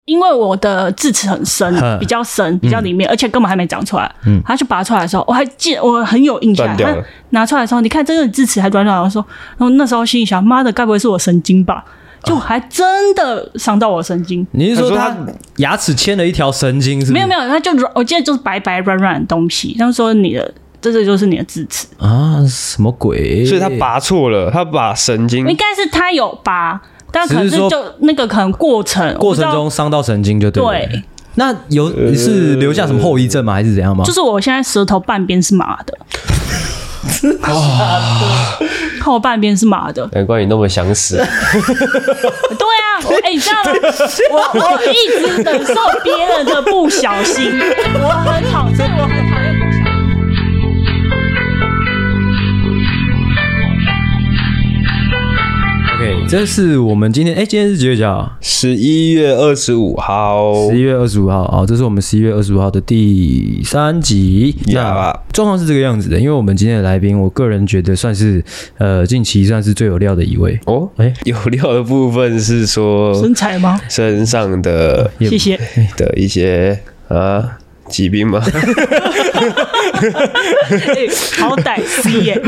因为我的智齿很深，比较深，比较里面，而且根本还没长出来。他去拔出来的时候，我还记得，我很有印象。他拿出来的时候，你看这个智齿还软软的，然后那时候心里想，妈的，该不会是我神经吧？就还真的伤到我神经。 你是说他牙齿牵了一条神经是不是？ 没有，他就我记得就是白白软软的东西。他们说这就是你的智齿啊，什么鬼？ 所以他拔错了，他把神经应该是他有拔。但可是就那个可能过程中伤到神经就对了。 对， 那是留下什么后遗症吗？还是怎样吗？ 就是我现在舌头半边是麻的，后半边是麻的。 难怪你那么想死。 对啊，你知道吗？我一直忍受别人的不小心，我很讨厌不小心。 OK， 这是我们今天今天是几月几号 ？11月25号。 11月25号啊，这是我们11月25号的第3集。那状况是这个样子的，因为我们今天的来宾，我个人觉得算是近期算是最有料的一位哦。有料的部分是说身材吗？ 身上的谢谢的一些疾病吗？ 好歹 C 耶。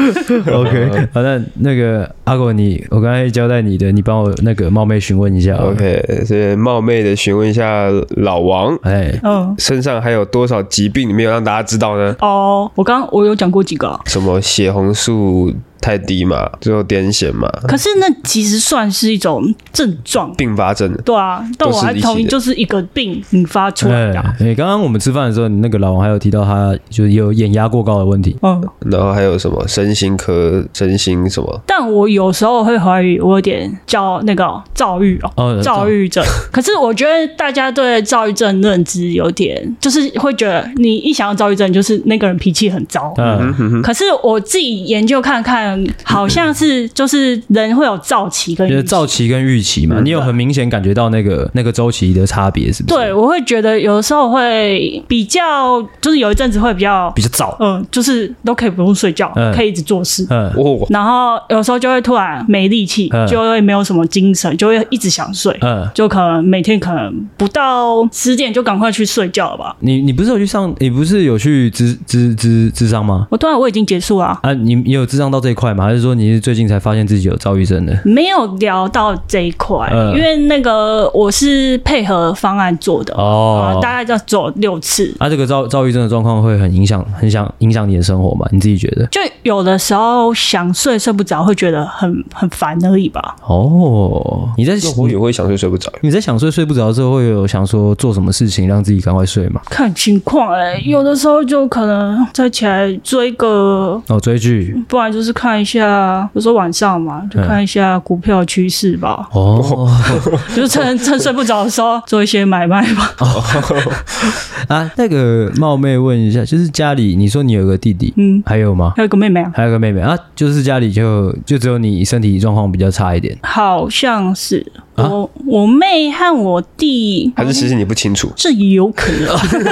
OK， 好，那个阿狗，我刚才交代你的，你帮我那个冒昧询问一下。 OK， 所以冒昧的询问一下老王，身上还有多少疾病你没有让大家知道呢？ 我有讲过几个， 什么血红素太低嘛，最后癫痫嘛。 可是那其实算是一种症状， 并发症。 对啊，但我还同意，就是一个病引发出来的。 刚刚我们吃饭的时候，你那个老王还有提到他就是有眼压过高的问题。 然后还有什么身心什么？ 但我有时候会怀疑我有点躁郁躁郁症。可是我觉得大家对躁郁症认知有点，就是会觉得你一想到躁郁症，就是那个人脾气很糟。可是我自己研究看看。好像是就是人会有躁期跟预期嘛，你有很明显感觉到那个周期的差别是不是？ 对，我会觉得有的时候会比较，就是有一阵子会比较躁， 就是都可以不用睡觉，可以一直做事，然后有时候就会突然没力气，就会没有什么精神，就会一直想睡，就可能每天可能不到10点就赶快去睡觉了吧。 你不是有去你不是有去諮商吗？ 我已经结束了啊。你有諮商到这一块吗？还是说你是最近才发现自己有躁郁症的？ 没有聊到这一块，因为那个我是配合方案做的大概要做6次。 这个躁郁症的状况会很影响你的生活吗？你自己觉得？ 就有的时候想睡不着，会觉得很烦而已吧。 我也会想睡不着。 你在想睡不着的时候，会有想说做什么事情让自己赶快睡吗？ 看情况有的时候就可能再起来追追剧， 不然就是看一下，有时候晚上嘛，就看一下股票趋势吧。就趁睡不着的时候做一些买卖吧。 那个冒昧问一下，就是家里你说你有个弟弟，还有吗？ 还有个妹妹啊。 还有个妹妹啊，就是家里就只有你身体状况比较差一点。 好像是我妹和我弟， 还是其实你不清楚？ 这有可能。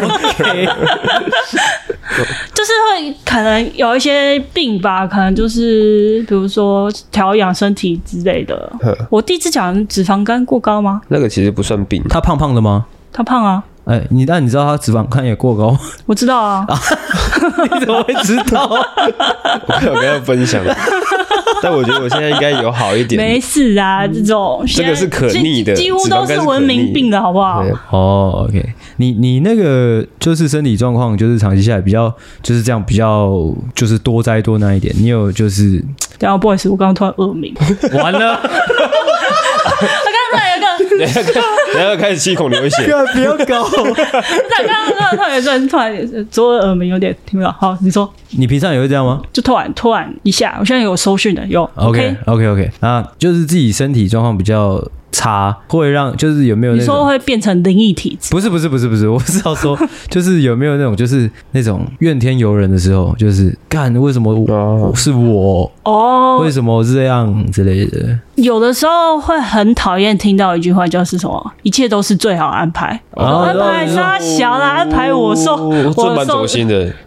就是会可能有一些病吧，可能就是比如说调养身体之类的。我弟是讲脂肪肝过高吗？ 那个其实不算病。 他胖的吗？ 他胖啊。 你知道他脂肪肝也过高？ 我知道啊。 你怎么会知道？ 我跟他分享。但我觉得我现在应该有好一点。 没事啊，这个是可逆的， 几乎都是文明病的好不好 ？OK， 你那个就是身体状况，就是长期下来比较就是这样，比较就是多灾多难一点。你有就是？ 等一下，不好意思，我刚刚突然恶名， 完了。 等一下开始七孔流血， 不要搞！ 刚刚突然左耳鸣有点听不到。好，你说， 你平常也会这样吗？ 就突然一下，我现在有收讯的，有。 OK， 就是自己身体状况比较差，会让就是有没有那种你说会变成灵异体质？ 不是，我是要说，就是有没有那种就是那种怨天尤人的时候，就是干为什么是我为什么这样之类的。有的时候会很讨厌听到一句话，就是什么一切都是最好安排，安排他小了，安排我受， 这蛮走心的。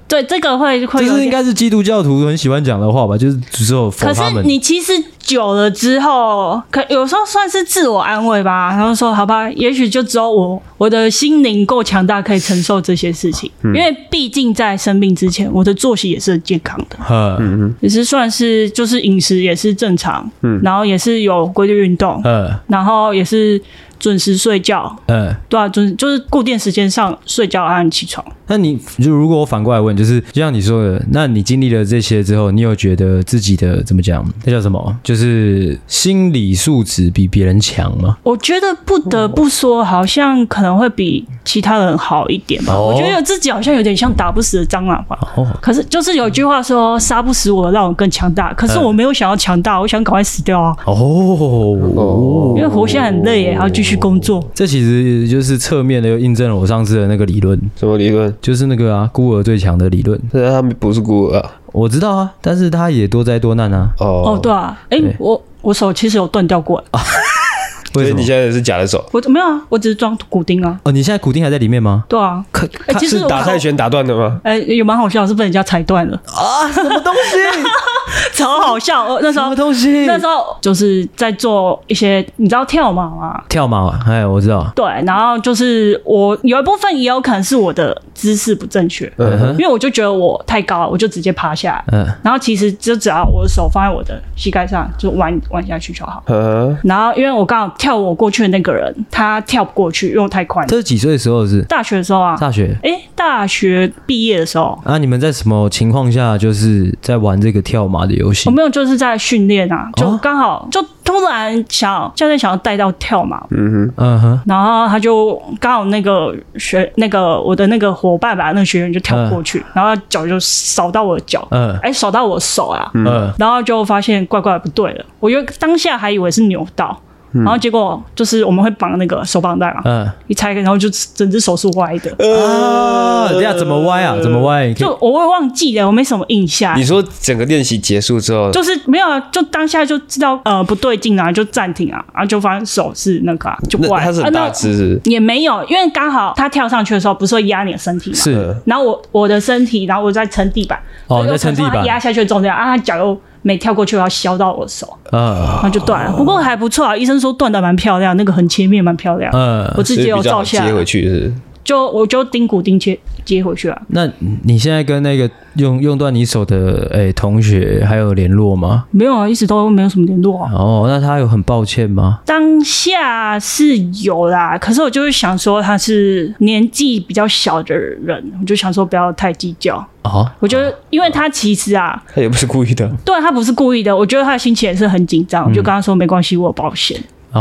对，这个会这是应该是基督教徒很喜欢讲的话吧，就是只有否他们。 可是你其实久了之后，有时候算是自我安慰吧。然后说好吧，也许就只有我的心灵够强大，可以承受这些事情。因为毕竟在生病之前，我的作息也是很健康的，也是算是就是饮食也是正常，然后也是有规律运动，然后也是准时睡觉，对啊，就是固定时间上睡觉和起床。 那你就如果我反过来问，就是就像你说的，那你经历了这些之后，你有觉得自己的怎么讲？那叫什么？就是心理素质比别人强吗？ 我觉得不得不说，好像可能会比其他人好一点吧。我觉得自己好像有点像打不死的蟑螂吧。可是就是有句话说，杀不死我，让我更强大。可是我没有想要强大，我想赶快死掉啊。因为活现在很累耶，还要继续工作。 这其实就是侧面的又印证了我上次的那个理论。 什么理论？ 就是那个啊，孤儿最强的理论。 但他们不是孤儿啊， 我知道啊，但是他也多灾多难啊。 对啊，我手其实有断掉过。 所以你现在是假的手？ 我没有啊，我只是装骨钉啊。 你现在骨钉还在里面吗？ 对啊。 其实打泰拳打断的吗？ 有蛮好笑，是被人家踩断了啊！什么东西？ 超好笑！那时候什么东西？ 那时候就是在做一些，你知道跳马吗？ 跳马啊，我知道。 对，然后就是我有一部分也有可能是我的姿势不正确，因为我就觉得我太高了，我就直接趴下来。然后其实就只要我的手放在我的膝盖上，就弯下去就好。然后因为我刚好跳我过去的那个人，他跳不过去，因为我太宽。 这是几岁的时候？是大学的时候啊。 大学？ 大学毕业的时候。 你们在什么情况下就是在玩这个跳马的游戏？ 我没有，就是在训练啊，就刚好就突然教练想要带到跳马，然后他就刚好那个我的那个伙伴吧，那个学员就跳过去，然后脚就扫到我的脚，扫到我的手啊，然后就发现怪怪不对了，我当下还以为是扭到。然后结果就是我们会绑那个手绑带嘛，一拆开，然后就整只手是歪的。 等下怎么歪啊？怎么歪？ 就我会忘记了，我没什么印象。 你说整个练习结束之后， 就是没有，就当下就知道不对劲啊，就暂停啊，然后就发现手是那个就歪。 他是很大只， 也没有，因为刚好他跳上去的时候不是会压你的身体嘛， 是。 然后我的身体，然后我在撑地板， 在撑地板压下去的重量他脚又没跳过去，要削到我的手，然后就断了。不过还不错啊，医生说断的蛮漂亮，那个横切面蛮漂亮。我自己有照下来， 接回去是。 我就钉骨钉接回去了。 那你现在跟那个用断你手的同学还有联络吗？ 没有啊，一直都没有什么联络啊。 那他有很抱歉吗？ 当下是有啦，可是我就会想说他是年纪比较小的人，我就想说不要太计较。我觉得因为他其实他也不是故意的。 对，他不是故意的，我觉得他的心情也是很紧张，我就跟他说没关系，我有保险。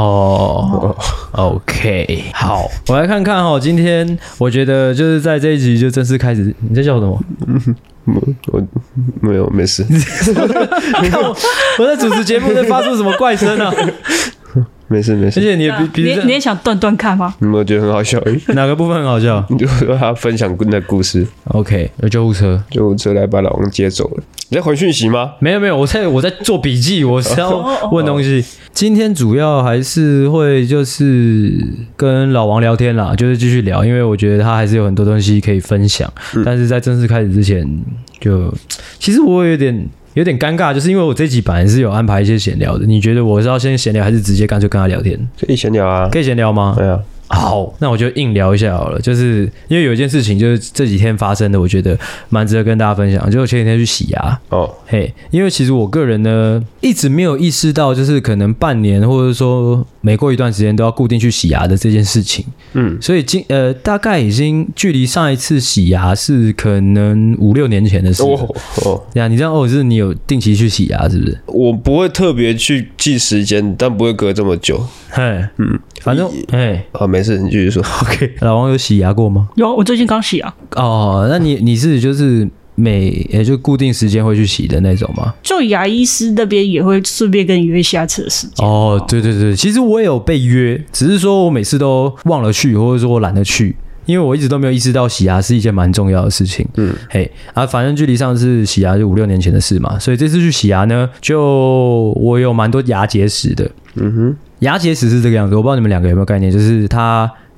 OK， 好，我来看看今天我觉得就是在这一集就正式开始。你在笑什么？ 我没有，没事。 我在主持节目在发出什么怪声啊？没事。而且你也想断看吗？ 我觉得很好笑。 哪个部分很好笑？ 你就说他分享那故事。 OK， 有救护车来把老王接走了。你在回讯息吗？ 没有，我在做笔记，我是要问东西。今天主要还是会就是跟老王聊天啦，就是继续聊，因为我觉得他还是有很多东西可以分享。但是在正式开始之前，其实我有点尴尬，就是因为我这集本来是有安排一些闲聊的。你觉得我是要先闲聊，还是直接干脆跟他聊天？ 可以闲聊啊， 可以闲聊吗？ 对啊。 好，那我就硬聊一下好了。就是因为有一件事情，就是这几天发生的，我觉得蛮值得跟大家分享。就我前几天去洗牙因为其实我个人呢，一直没有意识到，就是可能半年或者说每过一段时间都要固定去洗牙的这件事情。所以大概已经距离上一次洗牙是可能5-6年前的事。你这样是你有定期去洗牙是不是？ 我不会特别去记时间，但不会隔这么久。 反正没事，你继续说。 OK， 老王有洗牙过吗？ 有，我最近刚洗牙。 那你是就是就固定时间会去洗的那种吗？ 就牙医师那边也会顺便跟你约下次的时间。 对，其实我也有被约，只是说我每次都忘了去，或者说我懒得去。因为我一直都没有意识到洗牙是一件蛮重要的事情。反正距离上次洗牙就5-6年前的事嘛，所以这次去洗牙呢，我有蛮多牙结石的。牙结石是这个样子，我不知道你们两个有没有概念，就是它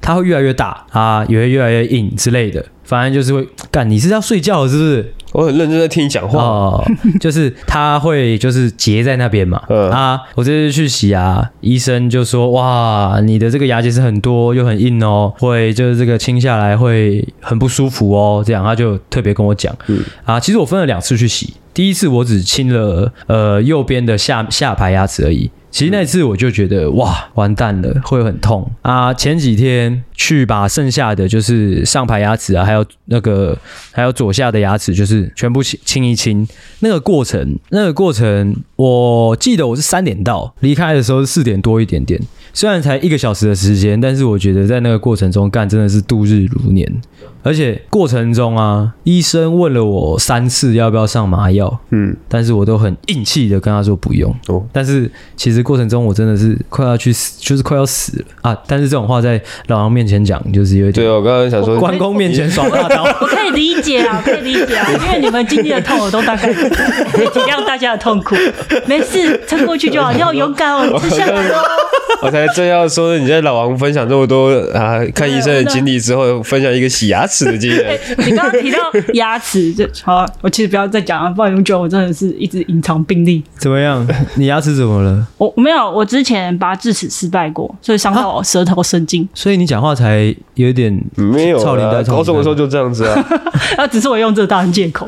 它会越来越大啊，也会越来越硬之类的，反正就是会干。你是要睡觉了是不是？ 我很认真在听你讲话哦，就是它会就是结在那边嘛。我这次去洗牙，医生就说哇，你的这个牙结石很多又很硬哦，会就是这个清下来会很不舒服哦，这样他就特别跟我讲。其实我分了2次去洗，第一次我只清了右边的下排牙齿而已。其实那次我就觉得哇，完蛋了，会很痛啊！前几天去把剩下的就是上排牙齿啊，还有左下的牙齿，就是全部清一清。那个过程，我记得我是3点到，离开的时候是4点多一点点。虽然才1个小时的时间，但是我觉得在那个过程中干真的是度日如年。而且过程中啊，医生问了我3次要不要上麻药，但是我都很硬气的跟他说不用。但是其实过程中我真的是快要去死，就是快要死了啊！但是这种话在老王面前讲，就是有点。 对，我刚刚想说， 关公面前耍大刀。 我可以理解啊，因为你们经历的痛，我都大概可以体谅大家的痛苦。没事，撑过去就好，要勇敢哦，吃下来哦。 我才正要说，你在老王分享这么多看医生的经历之后，分享一个洗牙齿的经验。 你刚刚提到牙齿，好，我其实不要再讲了，不然你们觉得我真的是一直隐藏病例。 怎么样？你牙齿怎么了？ 我没有，我之前拔智齿失败过，所以伤到我舌头神经。 所以你讲话才有点没有啊，高中的时候就这样子啊。 只是我用这个当借口。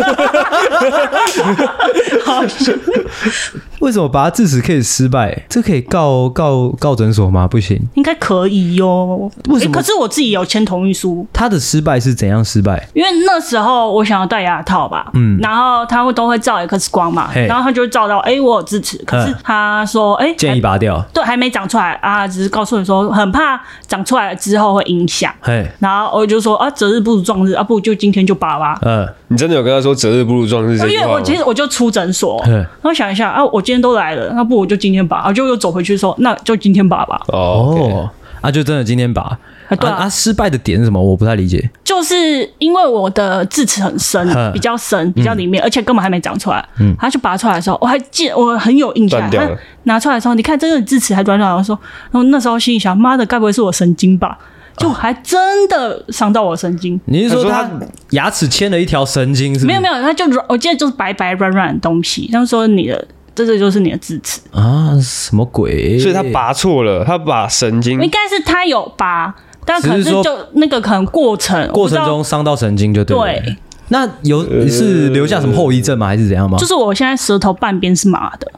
好， 为什么拔智齿可以失败？这可以告诊所吗？不行， 应该可以哟。为什么？可是我自己有签同意书。 他的失败是怎样失败？ 因为那时候我想要戴牙套吧，然后他都会照 X 光嘛，然后他就会照到，我有智齿，可是他说， 建议拔掉， 对，还没长出来啊，只是告诉你说很怕长出来之后会影响，然后我就说择日不如撞日不如就今天就拔吧。 你真的有跟他说择日不如撞日这句话吗？ 因为其实我就出诊所，然后想一下我今天都来了，那不如就今天拔，就又走回去说那就今天拔吧。 就真的今天拔。失败的点是什么？我不太理解。 就是因为我的智齿很深，比较深，比较里面，而且根本还没长出来。他去拔出来的时候，我很有印象。他拿出来的时候，你看这个智齿还软软的，我说，然后那时候心里想，妈的，该不会是我神经吧？就还真的伤到我神经。 你是说他牙齿牵了一条神经是不是？ 没有，他就我记得就是白白软软的东西。他说这就是你的智齿什么鬼？ 所以他拔错了，他把神经应该是他有拔。但可是就那个可能过程中伤到神经就对了。 对， 那是留下什么后遗症吗？还是怎样吗？ 就是我现在舌头半边是麻的，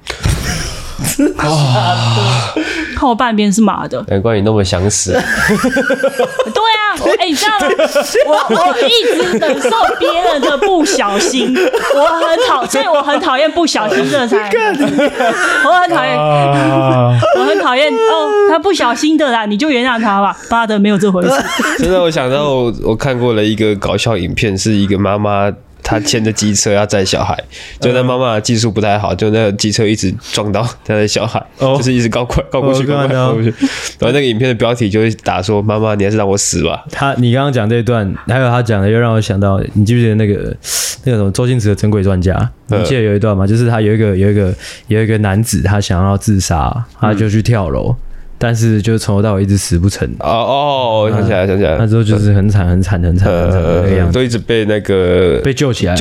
后半边是麻的。 难怪你那么想死。 对啊，你知道吗？我一直忍受别人的不小心，所以我很讨厌不小心这才。我很讨厌他不小心的啦，你就原谅他吧。妈的，没有这回事。 真的，我想到我看过了一个搞笑影片，是一个妈妈。他牵着机车要载小孩，就那妈妈的技术不太好，就那个机车一直撞到他的小孩，就是一直高过去。然后那个影片的标题就会打说：“妈妈，你还是让我死吧。” 你刚刚讲这一段，还有他讲的，又让我想到，你记不记得那个什么周星驰的《整鬼专家》？你记得有一段吗？就是他有一个男子，他想要自杀，他就去跳楼。但是就从头到尾一直死不成。 想起来。 那之后就是很惨那个样子， 都一直被被救起来。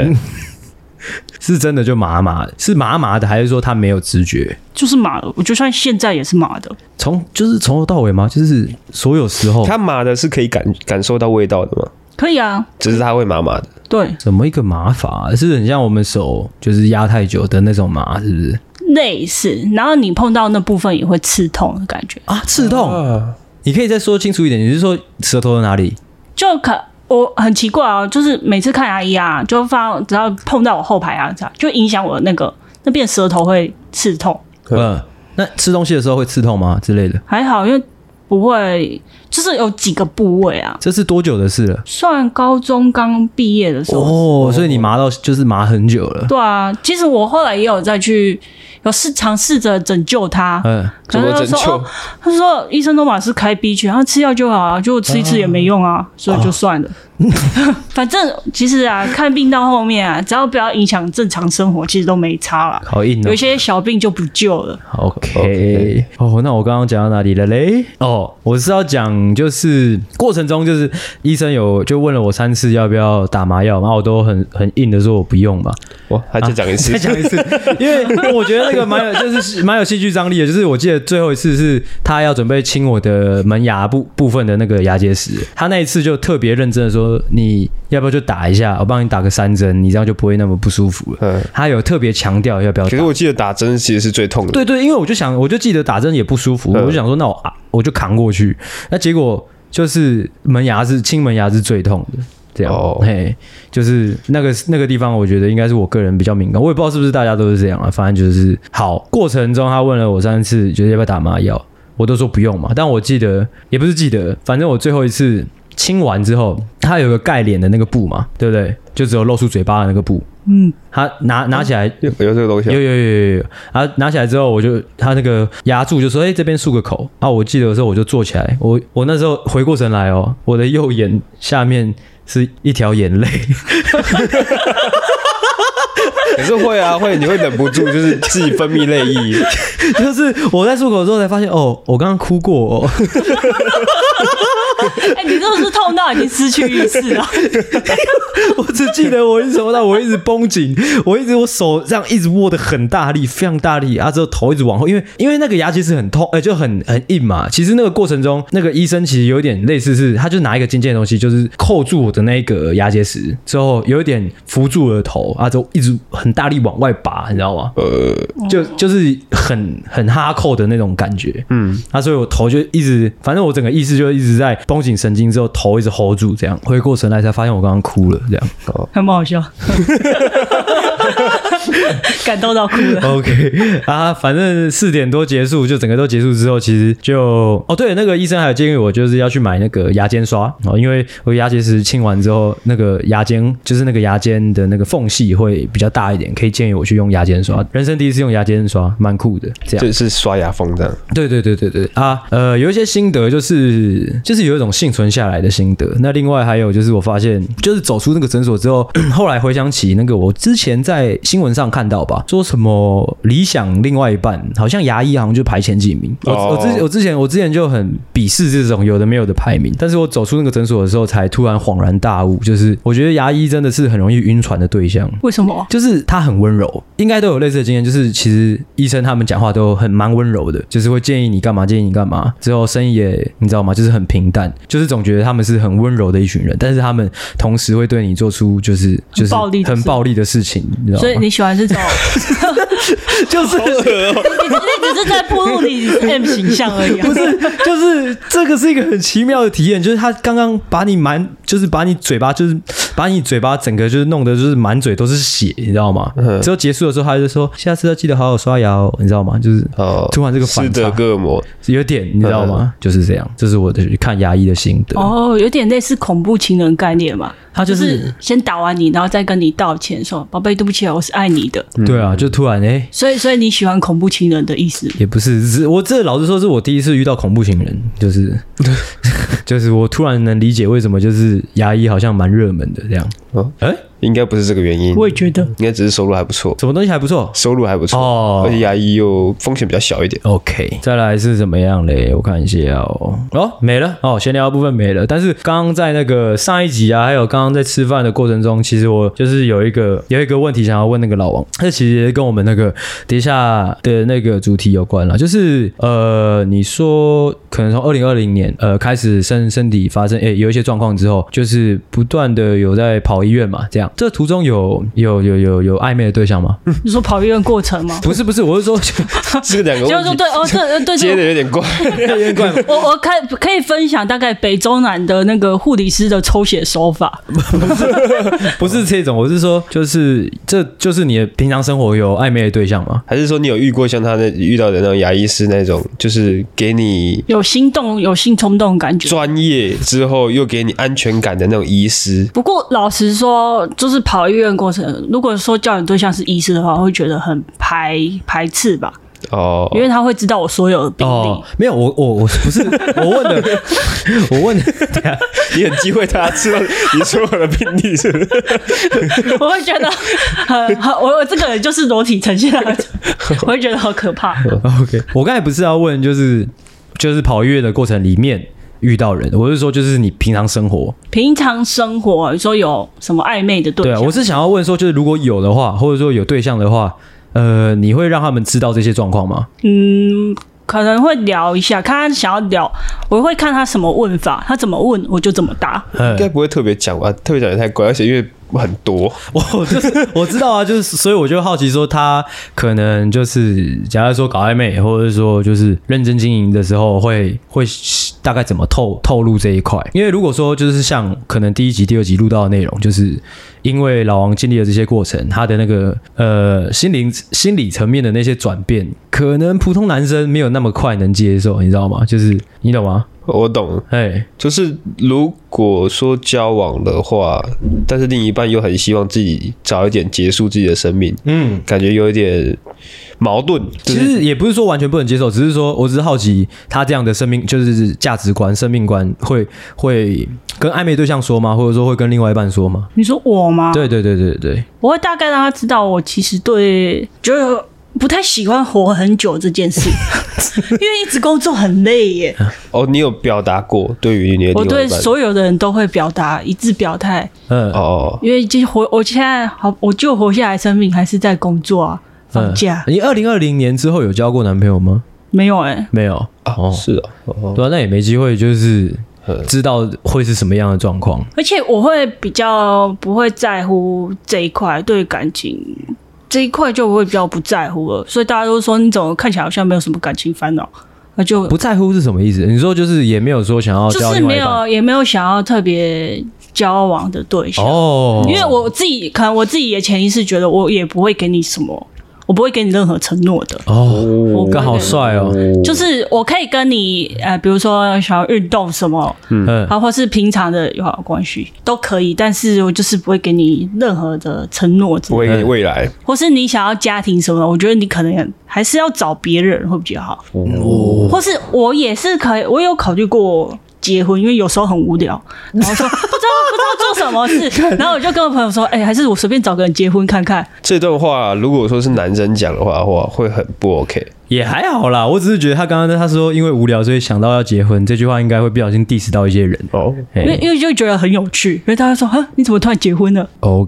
是真的就麻麻的，是麻麻的，还是说他没有知觉？ 就是麻的，我就算现在也是麻的。 就是从头到尾吗？就是所有时候， 他麻的是可以感受到味道的吗？ 可以啊， 只是他会麻麻的。 对， 怎么一个麻法？是很像我们手就是压太久的那种麻，是不是？ 类似，然后你碰到那部分也会刺痛的感觉刺痛。你可以再说清楚一点，你是说舌头的哪里？ 我很奇怪就是每次看牙医就只要碰到我后排牙就影响我那边舌头会刺痛。 那吃东西的时候会刺痛吗之类的？ 还好，因为不会，就是有几个部位这是多久的事了？ 算高中刚毕业的时候。 所以你麻到就是麻很久了。 对啊，其实我后来也有再去尝试着拯救他。 怎么拯救？ 他说医生都马是开 B 群，他吃药就好就吃一次也没用所以就算了。反正其实看病到后面只要不要影响正常生活，其实都没差了。 好硬有一些小病就不救了。 OK。那我刚刚讲到哪里了嘞？我是要讲就是过程中就是医生就问了我3次要不要打麻药，然后我都很硬的说我不用嘛。 哇，他再讲一次， 再讲一次，因为我觉得那个蛮有戏剧张力的，就是我记得最后一次是他要准备清我的门牙部分的那个牙结石，他那一次就特别认真的说你要不要就打一下，我帮你打个3针，你这样就不会那么不舒服了。他有特别强调要不要打。 可是我记得打针其实是最痛的。 对，因为我就记得打针也不舒服，我就想说那我就扛过去，那结果就是清门牙是最痛的。这样嘿，就是那个地方，我觉得应该是我个人比较敏感，我也不知道是不是大家都是这样啊。反正就是好，过程中他问了我3次，觉得要不要打麻药，我都说不用嘛。但我记得也不是记得，反正我最后一次清完之后，他有个盖脸的那个布嘛，对不对？就只有露出嘴巴的那个布。他拿起来有这个东西， 有。他拿起来之后，他那个牙柱就说：“这边漱个口。”啊，我记得的时候我就坐起来，我那时候回过神来哦，我的右眼下面是一条眼泪。 可是会啊，你会忍不住就是自己分泌泪液。 就是我在漱口之后才发现，我刚刚哭过哦。 你这是痛到已经失去意识了。 我只记得我一直绷紧，我手这样一直握得很大力，非常大力啊，之后头一直往后，因为那个牙其实很痛，就很硬嘛。其实那个过程中，那个医生其实有点类似是，他就拿一个尖尖的东西，就是扣住我的那个牙结石，之后有一点扶住我的头啊，之后一直很大力往外拔，你知道吗？就是很哈扣的那种感觉。所以我头就一直，反正我整个意识就一直在绷紧神经，之后头一直 hold 住，这样回过神来才发现我刚刚哭了，这样还蛮好笑。感动到哭了。 OK 啊，反正4点多结束，就整个都结束之后，其实就对，那个医生还有建议我就是要去买那个牙尖刷因为我牙结石清完之后，那个牙尖就是那个牙尖的那个缝隙会比较大一点，可以建议我去用牙尖刷。人生第一次用牙尖刷，蛮酷的，这样就是刷牙缝这样。 对啊，有一些心得就是有一种幸存下来的心得。那另外还有就是我发现，就是走出那个诊所之后，后来回想起那个我之前在新闻上看到吧，说什么理想另外一半，好像牙医好像就排前几名。我之前就很鄙视这种有的没有的排名，但是我走出那个诊所的时候，才突然恍然大悟，就是我觉得牙医真的是很容易晕船的对象。 为什么？ 就是他很温柔，应该都有类似的经验，就是其实医生他们讲话都蛮温柔的，就是会建议你干嘛，之后生意也你知道吗？就是很平淡，就是总觉得他们是很温柔的一群人，但是他们同时会对你做出就是很暴力的事情，你知道吗？ 所以你喜欢这种， 就是你只是在暴露你 M 形象而已。 不是，就是这个是一个很奇妙的体验，就是他刚刚把你嘴巴整个就是弄得就是满嘴都是血，你知道吗？之后结束的时候，他就说下次要记得好好刷牙哦，你知道吗？就是突然这个反差， 斯德哥尔摩有点，你知道吗？就是这样，这是我的看牙医的心得。 有点类似恐怖情人概念嘛。他就是先打完你，然后再跟你道歉，说宝贝，对不起，我是爱你的。 对啊，就突然所以你喜欢恐怖情人的意思？ 也不是，我这老实说，是我第一次遇到恐怖情人，就是我突然能理解为什么就是牙医好像蛮热门的这样。 应该不是这个原因， 我也觉得， 应该只是收入还不错。 什么东西还不错？ 收入还不错而且牙医又风险比较小一点。 OK， 再来是怎么样嘞？我看一下没了闲聊部分没了。但是刚刚在那个上一集啊，还有刚刚在吃饭的过程中，其实我就是有一个问题想要问那个老王，这其实跟我们那个底下的那个主题有关啦，就是你说可能从2020年开始身体发生有一些状况之后，就是不断的有在跑医院嘛，这样。这途中有暧昧的对象吗？ 你说跑医院过程吗？ 不是，我是说这两个问题，对，接的有点怪， 我可以分享大概北中南的那个护理师的抽血手法。 不是这种，我是说，这就是你的平常生活有暧昧的对象吗？ 还是说你有遇过像他遇到的那种牙医师那种，就是给你有心动、有性冲动的感觉， 专业之后又给你安全感的那种医师？ 不过老实说，就是跑医院过程，如果说叫你对象是医师的话，我会觉得很排斥吧。因为他会知道我所有的病例。 没有，我不是我问的， 你很忌讳他知道你所有的病例，是不是？ 我会觉得我这个人就是裸体呈现的，我会觉得好可怕。 OK， 我刚才不是要问，就是跑医院的过程里面遇到人？我是说，就是你平常生活， 你说有什么暧昧的对象？ 对啊，我是想要问说，就是如果有的话，或者说有对象的话，你会让他们知道这些状况吗？ 可能会聊一下，看他想要聊，我会看他什么问法，他怎么问我就怎么答。 应该不会特别讲吧？特别讲也太怪，而且因为很多， 我知道啊，就是所以我就好奇说，他可能就是假如说搞暧昧，或者说就是认真经营的时候会大概怎么透露这一块？因为如果说就是像可能第1集、第2集录到的内容，就是因为老王经历了这些过程，他的那个心理层面的那些转变，可能普通男生没有那么快能接受，你知道吗？就是你懂吗？ 我懂，就是如果说交往的话，但是另一半又很希望自己早一点结束自己的生命，感觉有一点矛盾。 其实也不是说完全不能接受，只是说我只是好奇他这样的生命就是价值观、生命观会跟暧昧对象说吗？或者说会跟另外一半说吗？ 你说我吗？ 对， 我会大概让他知道，我其实就不太喜欢活很久这件事，因为一直工作很累耶。 你有表达过对于你的另外一半？ 我对所有的人都会表达一致表态。因为我现在我就活下来，生命还是在工作啊，放假。 你2020年之后有交过男朋友吗？ 没有没有是对啊，那也没机会就是知道会是什么样的状况。 而且我会比较不会在乎这一块，对感情这一块就会比较不在乎了，所以大家都说你怎么看起来好像没有什么感情烦恼，那就不在乎是什么意思？你说就是也没有说想要交另外一半， 也没有想要特别交往的对象因为我自己可能我自己也潜意识觉得我也不会给你什么。我不会给你任何承诺的刚好帅哦！ 就是我可以跟你比如说想要运动什么，或是平常的友好关系都可以，但是我就是不会给你任何的承诺， 不会给你未来， 或是你想要家庭什么，我觉得你可能还是要找别人会比较好。或是我也是可以，我有考虑过结婚，因为有时候很无聊，然后说不知道做什么事，然后我就跟我朋友说，还是我随便找个人结婚看看。 这段话如果说是男生讲的话会很不 OK。 也还好啦，我只是觉得他刚刚他说因为无聊所以想到要结婚这句话应该会不小心 diss 到一些人因为就觉得很有趣，因为大家说你怎么突然结婚了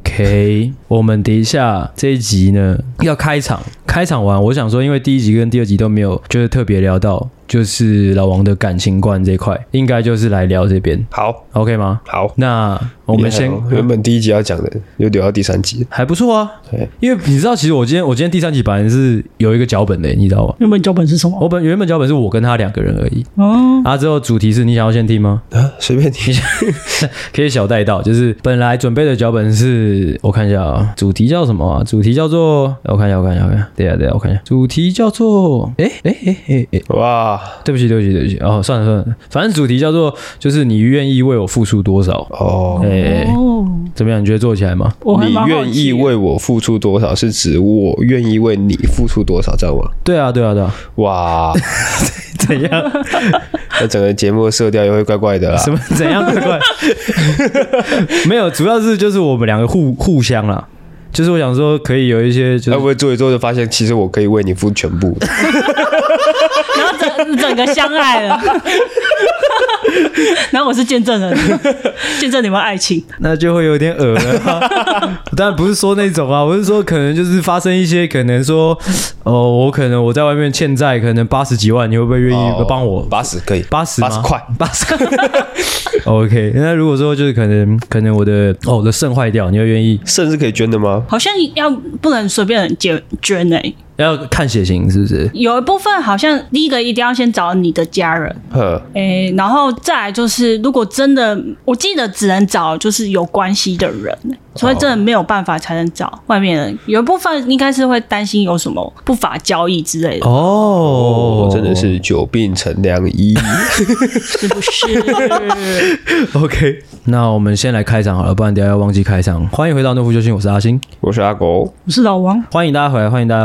？OK， 我们等一下这一集呢要开场完，我想说因为第1集跟第2集都没有就是特别聊到就是老王的感情观这一块，应该就是来聊这边。 好 ，OK 吗？ 好， 那我们先原本第1集要讲的又留到第3集， 还不错啊。因为你知道，其实我今天第3集本来是有一个脚本的，你知道吗？ 原本脚本是什么？ 原本脚本是我跟他2个人而已。之后主题是你想要先听吗？ 随便听， 可以小带到。就是本来准备的脚本是我看一下啊，主题叫什么啊？主题叫做我看一下，对啊，我看一下，主题叫做哇， 对不起算了，反正主题叫做就是你愿意为我付出多少怎么样？你觉得做起来吗？ 你愿意为我付出多少是指我愿意为你付出多少，知道吗？ 对啊。 哇， 怎样？ 那整个节目的色调又会怪怪的啦。 什么？怎样怪怪？没有，主要是就是我们2个互相啦。就是我想说，可以有一些，就是会不会做一做就发现，其实我可以为你付全部， 然后整个相爱了，然后我是见证人，见证你们爱情， 那就会有点恶了。当然不是说那种啊，我是说可能就是发生一些，可能说我在外面欠债，可能80几万，你会不会愿意帮我 ？80可以 ，80 块 ，80。OK， 那如果说就是可能我的肾坏掉，你会愿意？ 肾是可以捐的吗？ 好像不能随便捐要看血型是不是？ 有一部分好像第一个一定要先找你的家人，然后再来就是如果真的，我记得只能找就是有关系的人，所以真的没有办法才能找外面人。有一部分应该是会担心有什么不法交易之类的。 真的是久病成良医， 是不是 ？OK， 那我们先来开场好了，不然等一下要忘记开场。欢迎回到诺夫救星，我是阿星， 我是阿狗， 我是老王， 欢迎大家回来，欢迎大家把我们打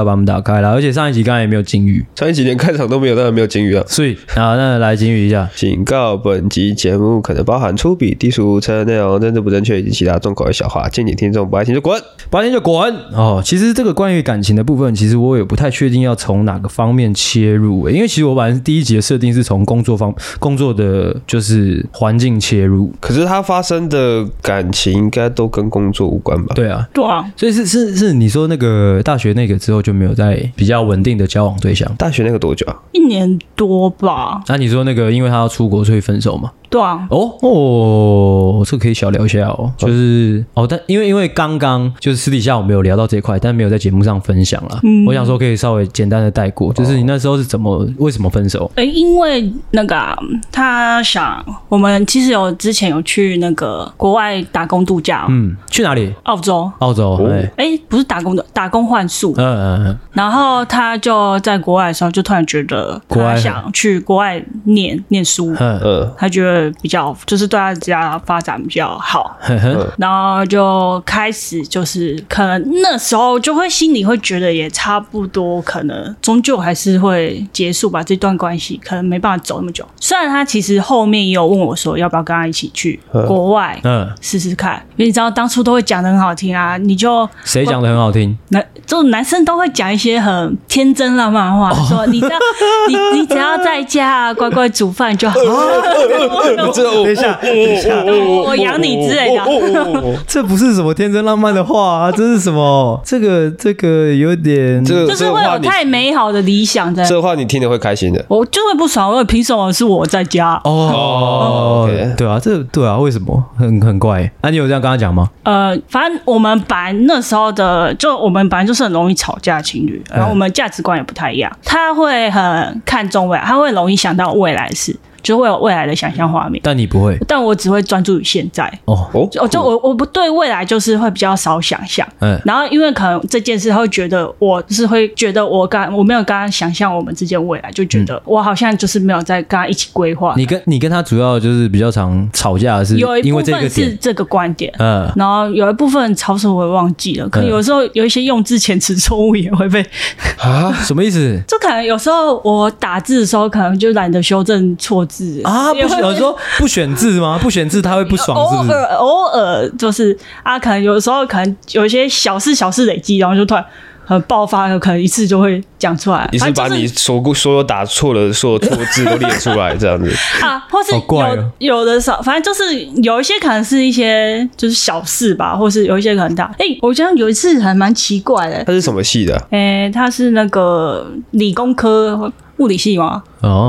开了，而且上一集刚才也没有警语， 上一集连开场都没有，当然没有警语啊。 所以那来警语一下， 警告：本集节目可能包含粗鄙、低俗、成人内容、政治不正确以及其他重口味笑话，敬请听众不爱听就滚， 不爱听就滚哦。其实这个关于感情的部分，其实我也不太确定要从哪个方面切入，因为其实我本来第一集的设定是从工作的就是环境切入， 可是它发生的感情应该都跟工作无关吧？ 对啊， 对啊， 所以是你说那个大学那个之后就没有在比较稳定的交往对象？ 大学那个多久啊 ？1年多吧。 那你说那个因为他要出国所以分手吗？ 对啊， 这个可以小聊一下哦，就是但因为刚刚就是私底下我们有聊到这一块，但没有在节目上分享啦。我想说可以稍微简单的带过，就是你那时候是为什么分手？ 因为那个他想我们其实之前有去那个国外打工度假， 去哪里？ 澳洲，不是打工换宿，然后他就在国外的时候就突然觉得他想去国外念书，他觉得比较就是对他家发展比较好，然后就开始就是可能那时候就会心里会觉得也差不多，可能终究还是会结束吧，这段关系可能没办法走那么久。虽然他其实后面也有问我说要不要跟他一起去国外试试看，因为你知道当初都会讲得很好听啊，你就谁讲得很好听？ 就男生都会讲一些很天真浪漫的话，说你只要在家乖乖煮饭就好。 等一下， 我养你之类的。 这不是什么天真浪漫的话啊，这是什么？这个有点， 就是会有太美好的理想在。 这话你听了会开心的， 我就会不爽，我凭什么是我在家？ 对啊，对啊，为什么很怪？你有这样跟他讲吗？ 反正我们本来那时候我们本来就是很容易吵架的情侣，然后我们价值观也不太一样。他会很看重未来，他会容易想到未来的事。就会有未来的想象画面， 但你不会， 但我只会专注于现在。我不对未来就是会比较少想象。然后因为可能这件事，他会觉得我就是会觉得我没有跟他想象我们之间未来，就觉得我好像就是没有在跟他一起规划。 你跟他主要就是比较常吵架的是因为这个点，有一部分是这个观点，然后有一部分吵什么我也忘记了，可能有时候有一些用字遣词错误也会被什么意思？ 就可能有时候我打字的时候，可能就懒得修正错字。 有时候不选字吗？不选字他会不爽，是不是？ 偶尔就是可能有时候可能有一些小事累积，然后就突然很爆发，可能一次就会讲出来。 你是把你所有打错了所有错字都列出来这样子或是有的时候，反正就是有一些可能是一些就是小事吧，或是有一些可能大。我觉得有一次还蛮奇怪的。 他是什么系的？ 他是那个理工科物理系吗？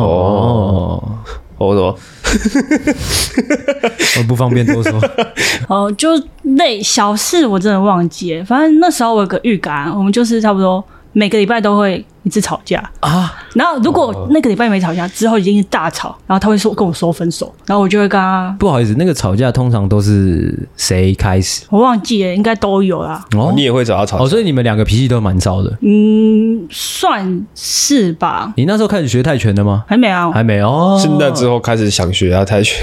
什么？ 我不方便多说。 就小事我真的忘记了。反正那时候我有个预感，我们就是差不多每个礼拜都会一次吵架然后如果那个礼拜没吵架，之后已经是大吵，然后他会跟我说分手，然后我就会跟他不好意思。那个吵架通常都是谁开始？ 我忘记了，应该都有啦。 你也会找他吵架？ 所以你们两个脾气都蛮糟的。 算是吧。 你那时候开始学泰拳的吗？ 还没啊， 还没是那之后开始想学泰拳。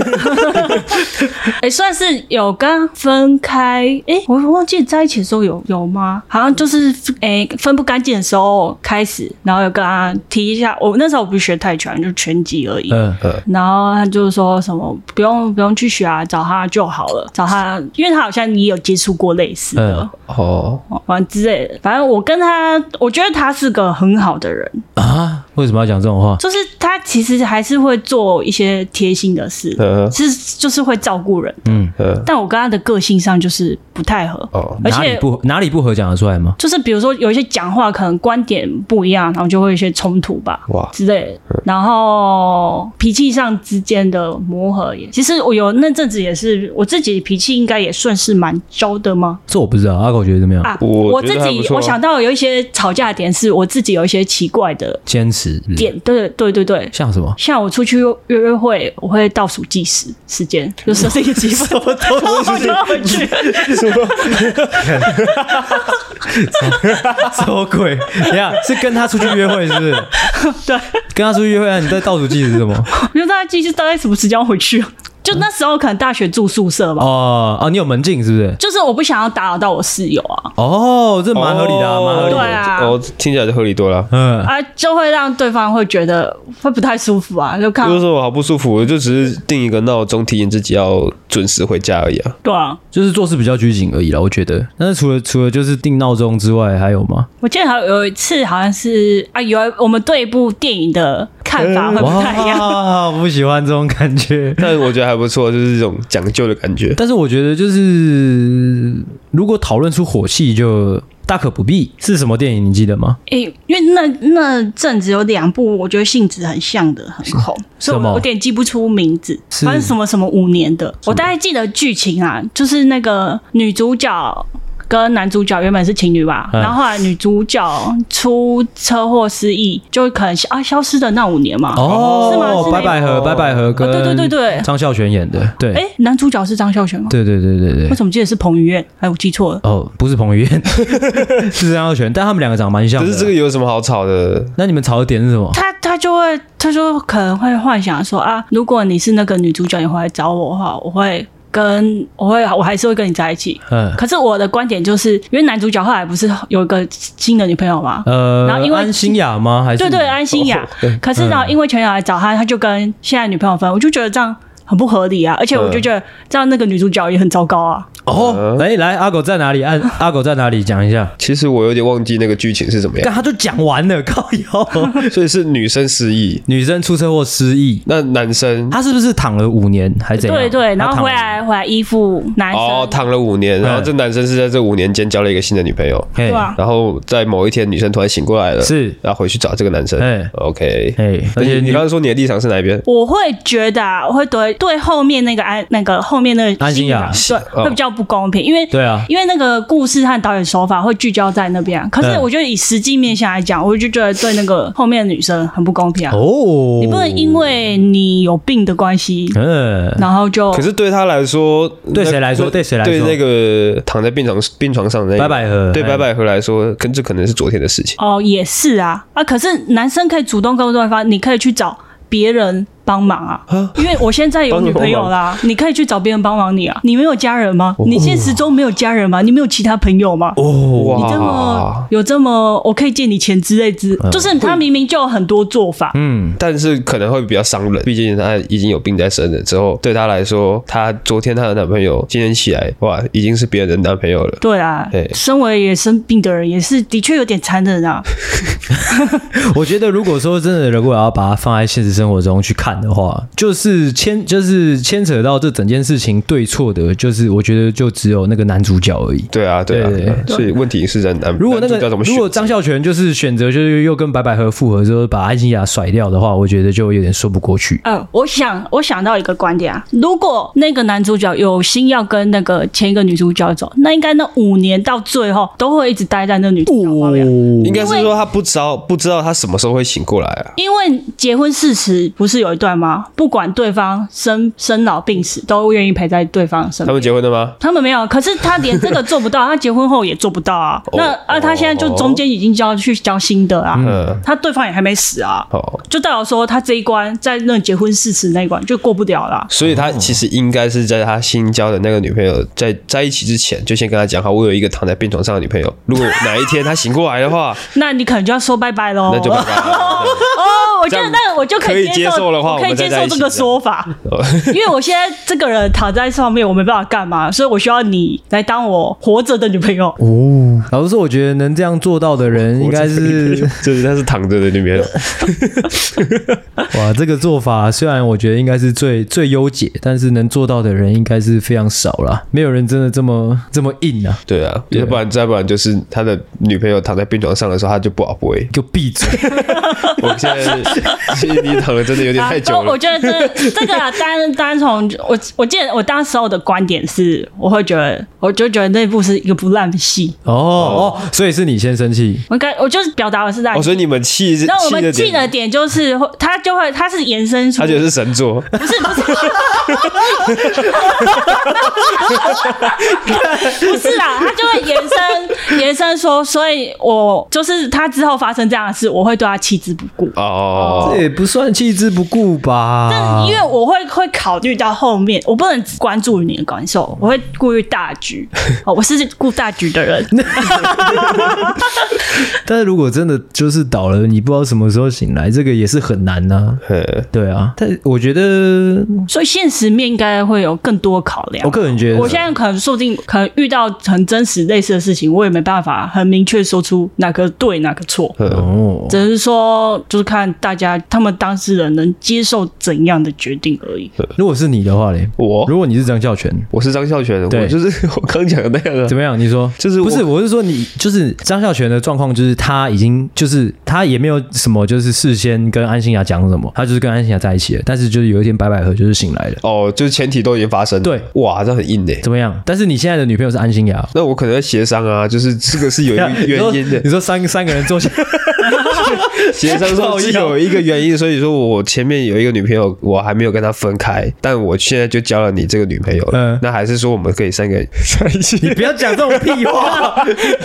算是有跟他分开。我忘记在一起的时候有吗？好像就是分不干净的时候开始，然后有跟他提一下。我那时候我不是学泰拳，就拳击而已。然后他就说什么不用去学啊，找他就好了。找他，因为他好像也有接触过类似的反正之类的。反正我跟他，我觉得他是个很好的人为什么要讲这种话？ 就是他其实还是会做一些贴心的事，就是会照顾人。但我跟他的个性上就是不太合。而且哪里不合讲得出来吗？ 就是比如说有一些讲话可能观点不一样，然后就会有一些冲突吧之类的。然后脾气上之间的磨合其实我有那阵子也是我自己脾气应该也算是蛮糟的吗？ 这我不知道，阿狗觉得怎么样？ 我自己我想到有一些吵架的点是我自己有一些奇怪的坚持点。对， 像什么？ 像我出去约会，我会倒数计时间，就设定几分，我就要回去。 什么鬼？等一下是跟他出去约会是不是？ 对， 跟他出去约会你在倒数计时是什么？ 我就大概计是大概什么时间要回去。 就那时候可能大学住宿舍吧。 哦，你有门禁是不是？ 就是我不想要打扰到我室友啊。 哦，这蛮合理的，蛮合理的。 对啊， 听起来就合理多了。 就会让对方会觉得会不太舒服啊，就看。 就是说我好不舒服，我就只是定一个闹钟，提醒自己要准时回家而已啊。 对啊， 就是做事比较拘谨而已啦，我觉得。但是除了就是定闹钟之外，还有吗？ 我记得有一次好像是我们对一部电影的看法会不太一样。 哇，不喜欢这种感觉， 但我觉得还不错，就是这种讲究的感觉。 但是我觉得就是如果讨论出火气就大可不必。是什么电影你记得吗？ 因为那阵子有2部我觉得性质很像的很红，所以我有点记不出名字，反正什么5年的，我大概记得剧情啊，就是那个女主角跟男主角原本是情侣吧，然后后来女主角出车祸失忆，就可能消失的那5年嘛。 哦， 是吗？ 白百合跟对张孝全演的。对， 男主角是张孝全吗？ 对。 为什么记得是彭于晏？我记错了。 哦，不是彭于晏，是张孝全，但他们2个长蛮像的。 可是这个有什么好吵的？ 那你们吵的点是什么？ 他就可能会幻想说啊，如果你是那个女主角，你回来找我的话，我还是会跟你在一起。可是我的观点就是，因为男主角后来不是有一个新的女朋友吗？然后因为安心雅吗？还是对安心雅。可是呢，因为全雅来找他，他就跟现在女朋友分，我就觉得这样很不合理啊！而且我就觉得这样那个女主角也很糟糕啊。 来，阿狗在哪里？阿狗在哪里？讲一下。 其实我有点忘记那个剧情是怎么样。 但他就讲完了，靠腰。 所以是女生失忆， 女生出车祸失忆。 那男生他是不是躺了5年还怎样？ 对，然后回来依附男生。 躺了5年，然后这男生是在这5年间交了一个新的女朋友。 对啊。 然后在某一天，女生突然醒过来了， 是， 然后回去找这个男生。OK。 而且你刚刚说你的立场是哪一边？ 我会觉得我会对后面那个后面那个安心雅会比较不公平，因为对啊， 因为那个故事和导演手法会聚焦在那边，可是我觉得以实际面下来讲，我就觉得对那个后面的女生很不公平啊。你不能因为你有病的关系，然后就可是对他来说， 对谁来说？对那个躺在病床上的白百合， 对白百合来说，这可能是昨天的事情。 也是啊，可是男生可以主动告诉对方，你可以去找别人帮忙啊，因为我现在有女朋友啦，你可以去找别人帮忙你啊。你没有家人吗？你现实中没有家人吗？你没有其他朋友吗？你这么我可以借你钱之类就是他明明就有很多做法， 但是可能会比较伤人，毕竟他已经有病在身了。之后对他来说，昨天他的男朋友今天起来，哇，已经是别人的男朋友了。 对啊，身为也生病的人，也是的确有点残忍啊。 我觉得如果说真的，如果要把它放在现实生活中去看的话，就是牵扯到这整件事情对错的，就是我觉得就只有那个男主角而已。 对啊，所以问题是在如果张孝全就是选择就是又跟白百合复合之后把安心雅甩掉的话，我觉得就有点说不过去。 我想到一个观点啊，如果那个男主角有心要跟那个前一个女主角走，那应该那5年到最后都会一直待在那女主角旁边。 应该是说他不知道他什么时候会醒过来啊。 因为结婚事实不是有一段吗？不管对方生老病死，都愿意陪在对方身边。 他们结婚了吗？ 他们没有，可是他连这个做不到，他结婚后也做不到啊。他现在就中间已经去交新的啊，他对方也还没死啊，就代表说他这一关在那结婚事实那一关就过不了了。 所以他其实应该是在他新交的那个女朋友在一起之前，就先跟他讲好，我有一个躺在病床上的女朋友，如果哪一天他醒过来的话， 那你可能就要说拜拜咯。 那就拜拜了。 我觉得那我就可以接受的话， 我可以接受这个说法，因为我现在这个人躺在上面，我没办法干嘛，所以我需要你来当我活着的女朋友。 老实说，我觉得能这样做到的人，应该是他是躺着的女朋友。 哇，这个做法虽然我觉得应该是最优解，但是能做到的人应该是非常少啦，没有人真的这么硬啊。 对啊，再不然就是他的女朋友躺在病床上的时候，他就不会就闭嘴。 我现在你躺了真的有点太久了。 我觉得这个单从我记得我当时候的观点是，我就觉得那部是一个不烂的戏。 所以是你先生气。 我就是表达的是在所以你们气是， 那我们气的点就是他是延伸出， 他觉得是神作， 不是，不是啦，他就会延伸说，所以我就是他之后发生这样的事，我会对他弃之不顾。 这也不算弃之不顾吧？ 但因为我会考虑到后面，我不能只关注你的感受，我会顾虑大局。我是顾大局的人。 但是如果真的就是倒了，你不知道什么时候醒来，这个也是很难啊。对啊，但我觉得， 所以现实面应该会有更多考量。 我个人觉得， 我现在可能说不定遇到很真实类似的事情，我也没办法很明确说出哪个对哪个错。只是说就是看大家他们当事人能接受怎样的决定而已。 如果是你的话嘞，如果你是张孝全， 我是张孝全，我就是我刚讲的那样啊。 怎么样？你说就是不是？我是说你就是张孝全的状况，就是他已经就是他也没有什么就是事先跟安心亚讲什么，他就是跟安心亚在一起了，但是就是有一天白百合就是醒来了。 就是前提都已经发生了。 对， 哇，这很硬的。 怎么样？但是你现在的女朋友是安心亚， 那我可能在协商啊，就是这个是有一个原因的。 你说三个人坐下协商说是有一个原因，所以说我前面有一个女朋友，我还没有跟她分开，但我现在就交了你这个女朋友了。那还是说我们可以3个人在一起？ 你不要讲这种屁话，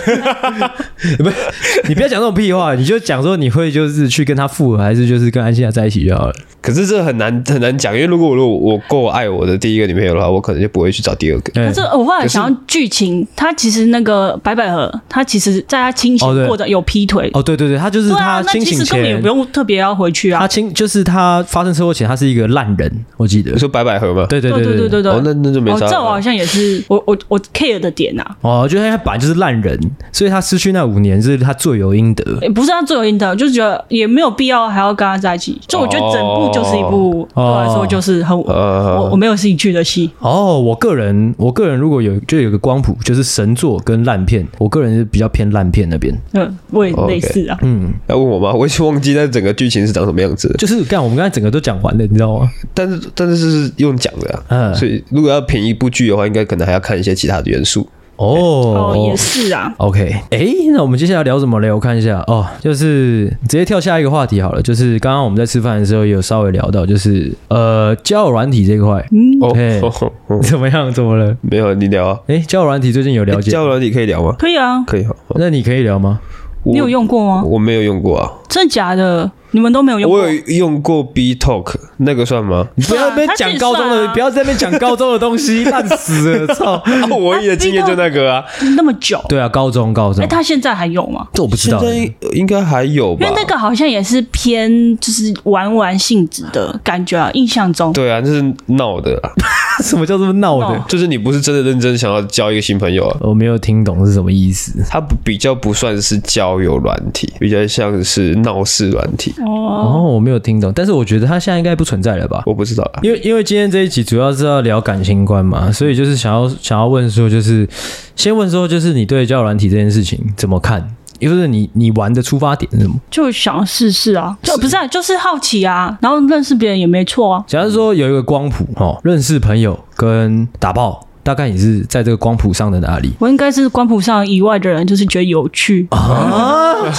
你不要讲这种屁话，你就讲说你会就是去跟她复合，还是就是跟安心亚在一起就好了。 可是这很难讲，因为如果我够爱我的第一个女朋友的话，我可能就不会去找第二个。 可是我后来想要剧情，他其实那个白百合，他其实在他清醒过的有劈腿。 对对对，他就是他清醒前， 那其实根本也不用特别要回去啊。 就是他发生车祸前，他是一个烂人，我记得。 你说白百合吗？ 对对对对对对。 那就没啥。 这我好像也是我 care 的点啊。 就是他本来就是烂人，所以他失去那5年是他罪有应得。 不是他罪有应得，就是觉得也没有必要还要跟他在一起。就我觉得整部就是一部对我来说就是很我没有兴趣的戏。 我个人如果有个光谱，就是神作跟烂片，我个人是比较偏烂片那边。 我也类似啊。 要问我吗？我已经忘记那整个剧情是长什么样子了。 就是我们刚才整个都讲完了，你知道吗？ 但是用讲的啊。所以如果要评一部剧的话，应该可能还要看一些其他的元素。 也是啊。 OK， 那我们接下来聊什么嘞？我看一下就是直接跳下一个话题好了。就是刚刚我们在吃饭的时候也有稍微聊到，就是交友软体这一块。怎么样？怎么了？ 没有，你聊啊。 交友软体最近有了解？ 交友软体可以聊吗？ 可以啊， 可以。 那你可以聊吗？ 你有用过吗？ 我没有用过啊。 真的假的？你们都没有用过？ 我有用过 B Talk， 那个算吗？ 你不要在那边讲高中的，不要在那边讲高中的东西，烂死了！操！ 我唯一的经验就那个啊， 那么久。 对啊，高中。 他现在还有吗？ 这我不知道。 现在应该还有吧？ 因为那个好像也是偏就是玩性质的感觉啊，印象中。 对啊，这是闹的啊。 什么叫做闹的？ 就是你不是真的认真想要交一个新朋友啊。 我没有听懂是什么意思。 它比较不算是交友软体，比较像是闹事软体。 我没有听懂，但是我觉得它现在应该不存在了吧？ 我不知道啦， 因为今天这一集主要是要聊感情观嘛，所以就是想要问说，就是先问说，就是你对交友软体这件事情怎么看？也就是你玩的出发点是什么？就想试试啊，不是啊，就是好奇啊，然后认识别人也没错啊。 假如说有一个光谱认识朋友跟打炮。大概你是在这个光谱上的哪里？ 我应该是光谱上以外的人，就是觉得有趣我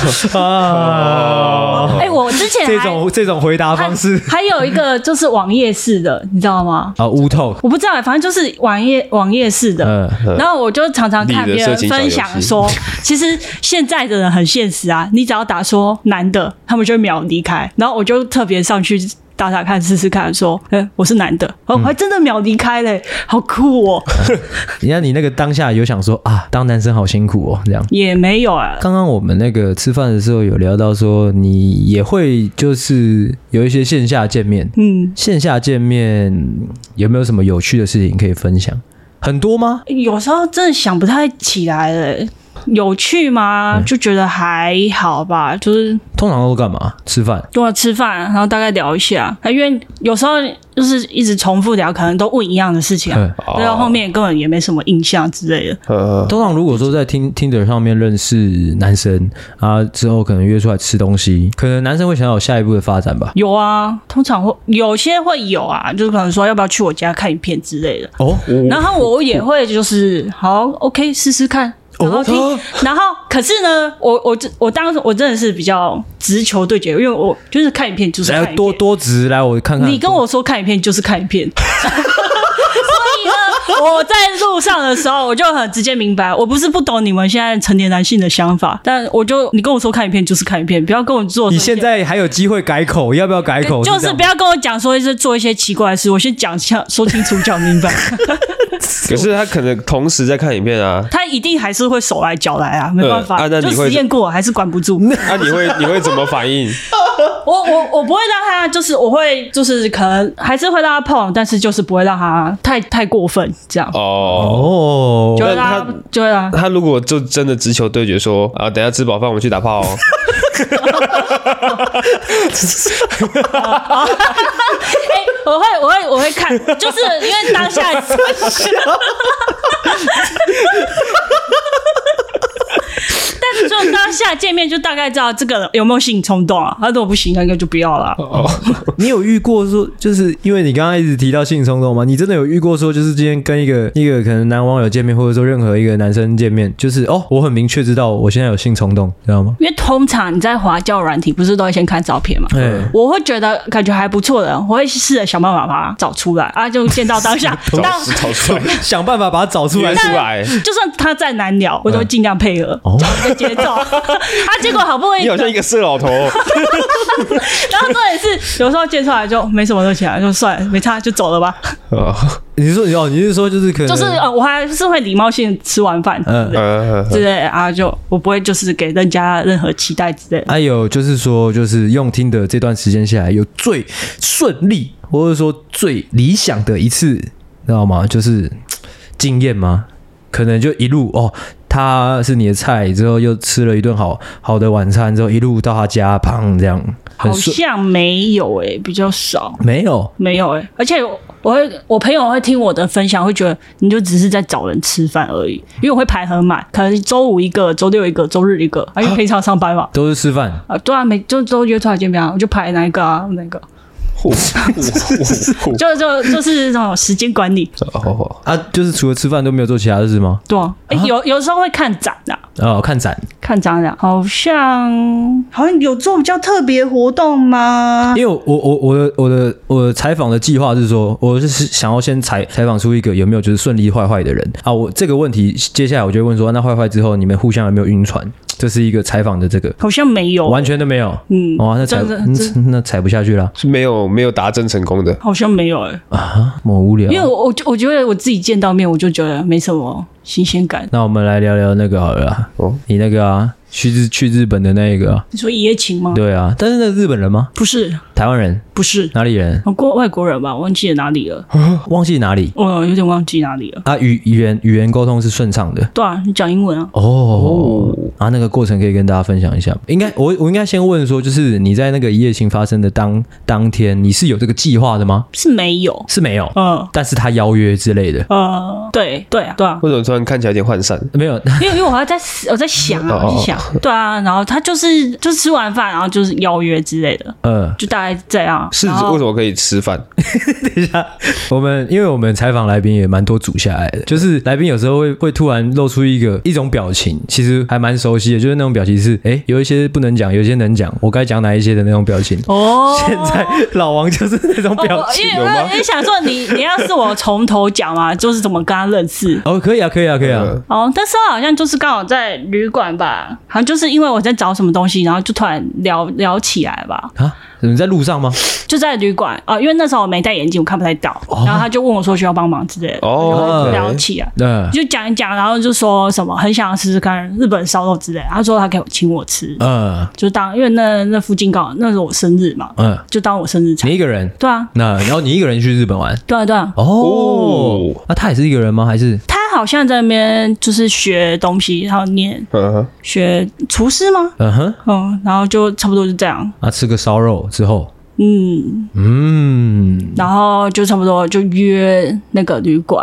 之前这种回答方式， 还有一个就是网页式的，你知道吗？ 乌透， 我不知道，反正就是网页式的。然后我就常常看别人分享说，其实现在的人很现实啊，你只要打说男的，他们就会秒离开。然后我就特别上去打打看试试看，说我是男的，我还真的秒离开嘞，好酷哦！ 你那个当下有想说啊，当男生好辛苦哦，这样也没有啊。 刚刚我们那个吃饭的时候有聊到说，你也会就是有一些线下见面，线下见面有没有什么有趣的事情可以分享？很多吗？ 有时候真的想不太起来了。有趣吗？就觉得还好吧，就是通常都干嘛？吃饭。 对啊，吃饭，然后大概聊一下。因为有时候就是一直重复聊，可能都问一样的事情啊，对到后面根本也没什么印象之类的。 通常如果说在Tinder上面认识男生啊，之后可能约出来吃东西，可能男生会想要有下一步的发展吧？ 有啊，通常有些会有啊，就是可能说要不要去我家看影片之类的。然后我也会就是好 OK 试试看。 然后可是呢，我当时我真的是比较直球对决，因为我就是看影片就是看影片， 多直来我看看。 你跟我说看影片就是看影片。我在路上的时候，我就很直接明白，我不是不懂你们现在成年男性的想法，但你跟我说看影片就是看影片，不要跟我做。 你现在还有机会改口，要不要改口？ 就是不要跟我讲说是做一些奇怪的事，我先讲说清楚讲明白。 可是他可能同时在看影片啊， 他一定还是会手来脚来啊，没办法，就实验过还是管不住。 那你会怎么反应？ 我不会让他，就是我会就是可能还是会让他碰，但是就是不会让他太过分这样。就会让他如果就真的直球对决说啊，等一下吃饱饭我们去打炮哦。 我会看，就是因为当下。但是就当下见面就大概知道这个有没有性冲动啊？他如果不行，那应该就不要了。 你有遇过说，就是因为你刚刚一直提到性冲动吗？你真的有遇过说，就是今天跟一个可能男网友见面，或者说任何一个男生见面，就是我很明确知道我现在有性冲动，知道吗？ 因为通常你在滑交友软体，不是都会先看照片嘛？我会觉得感觉还不错的，我会试着想办法把它找出来啊，就见到当下， 找出来， 想办法把它找出来。 就算他再难聊，我都会尽量配合。节奏，结果好不容易， 你好像一个色老头。然后重点是，有时候见出来就没什么东西来，就算了，没差就走了吧。 你是说就是可能就是我还是会礼貌性吃完饭之类啊，就我不会就是给人家任何期待之类的。 还有就是说，就是用听的这段时间下来，有最顺利或者说最理想的一次，知道吗？就是经验吗？可能就一路他是你的菜，之后又吃了一顿好的晚餐，之后一路到他家旁这样。 好像没有比较少。 没有而且我朋友会听我的分享，会觉得你就只是在找人吃饭而已，因为我会排很满，可能周五一个，周六一个，周日一个，因为平常上班嘛， 都是吃饭啊，对啊，就都约出来见面啊，我就排哪一个啊，哪一个。就是那种时间管理就是除了吃饭都没有做其他的事吗？ 对啊，有时候会看展啊，看展览， 好像有做比较特别活动吗？ 因为我的采访的计划是说，我是想要先采访出一个有没有就是顺利坏的人啊。我这个问题接下来我就会问说，那坏之后你们互相有没有晕船？这是一个采访的这个， 好像没有， 完全都没有。那采不下去了， 是没有达成成功的， 好像没有好无聊。 因为我觉得我自己见到面，我就觉得没什么新鲜感。 那我们来聊聊那个好了你那个去日本的那个你说一夜情吗？ 对啊，但是那是日本人吗？ 不是， 台湾人？ 不是， 哪里人？ 外国人吧，忘记了哪里了。 忘记哪里？ 有点忘记哪里了。 语言沟通是顺畅的。 对啊，你讲英文啊。 那个过程可以跟大家分享一下。我应该先问说，就是你在那个一夜情发生的当天，你是有这个计划的吗？ 是没有。但是他邀约之类的。 对啊。 为什么突然看起来有点涣散？ 没有， 因为我在想对啊，然后他就是吃完饭，然后就是邀约之类的，就大概这样。 是为什么可以吃饭？ 等一下，因为我们采访来宾也蛮多组下来的，就是来宾有时候会突然露出一种表情，其实还蛮熟悉的，就是那种表情是有一些不能讲，有一些能讲，我该讲哪一些的那种表情。现在老王就是那种表情。 因为我想说你要是我从头讲嘛，就是怎么跟他认识。 可以啊。 但是好像就是刚好在旅馆吧，好像就是因为我在找什么东西，然后就突然聊起来吧。 你在路上吗？ 就在旅馆因为那时候我没戴眼镜，我看不太到。然后他就问我说需要帮忙之类的，就聊起来，就讲一讲，然后就说什么很想试试看日本烧肉之类的。他说他可以请我吃，就因为那附近刚好那是我生日嘛，就当我生日餐。 你一个人？ 对啊。 然后你一个人去日本玩？ 对啊。 那他也是一个人吗？还是他好像在那边就是学东西，然后学厨师吗？然后就差不多就这样。 吃个烧肉之后， 然后就差不多就约那个旅馆。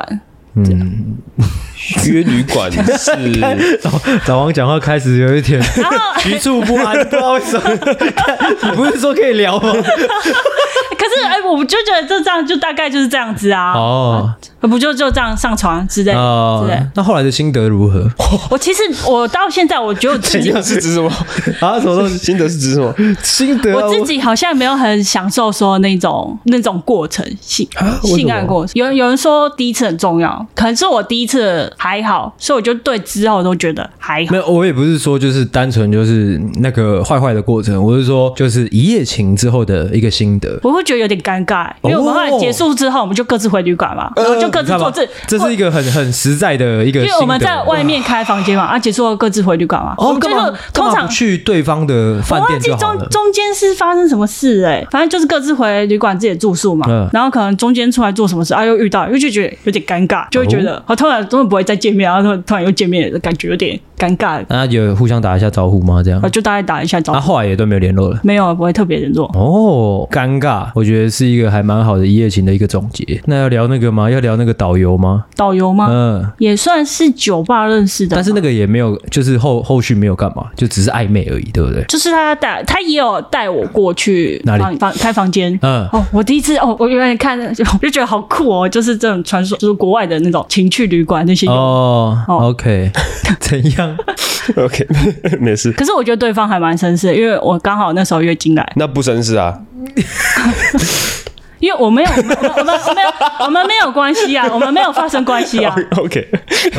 约旅馆是早王讲话开始有一点局促不安，不知道为什么。你不是说可以聊吗？ 可是我就觉得这样就大概就是这样子啊。 不就这样上床之类的。 那后来的心得如何？ 其实我到现在我觉得我自己是指什么啊？什么东西？心得是指什么？ 心得我自己好像没有很享受说那种过程性爱过程。有人说第一次很重要，可能是我第一次还好，所以我就对之后都觉得还好。 没有，我也不是说就是单纯就是那个坏的过程，我是说就是一夜情之后的一个心得。 我会觉得有点尴尬，因为我们后来结束之后，我们就各自回旅馆嘛，然后就各自做自。 这是一个很实在的一个心得， 因为我们在外面开房间嘛，结束后各自回旅馆嘛。我们干嘛不去对方的饭店就好了？ 我忘记中间是发生什么事反正就是各自回旅馆自己的住宿嘛。然后可能中间出来做什么事又遇到，就觉得有点尴尬，就会觉得突然真的不会再见面，然后突然又见面的感觉有点尴尬。 那有互相打一下招呼吗？这样就大概打一下招呼。 后来也都没有联络了？ 没有，不会特别联络。 尴尬，我觉得是一个还蛮好的一夜情的一个总结。那要聊那个吗？要聊那个导游吗？ 导游吗？也算是酒吧认识的， 但是那个也没有，就是后续没有干嘛，就只是暧昧而已，对不对？ 就是他也有带我过去哪里开房间。我第一次我原来看就觉得好酷就是这种传说，就是国外的那种情趣旅馆那些。 OK， 怎样 ？OK， 没事。 可是我觉得对方还蛮绅士的，因为我刚好那时候月经来。 那不绅士啊？ 因为我们没有关系啊，我们没有发生关系啊。 OK，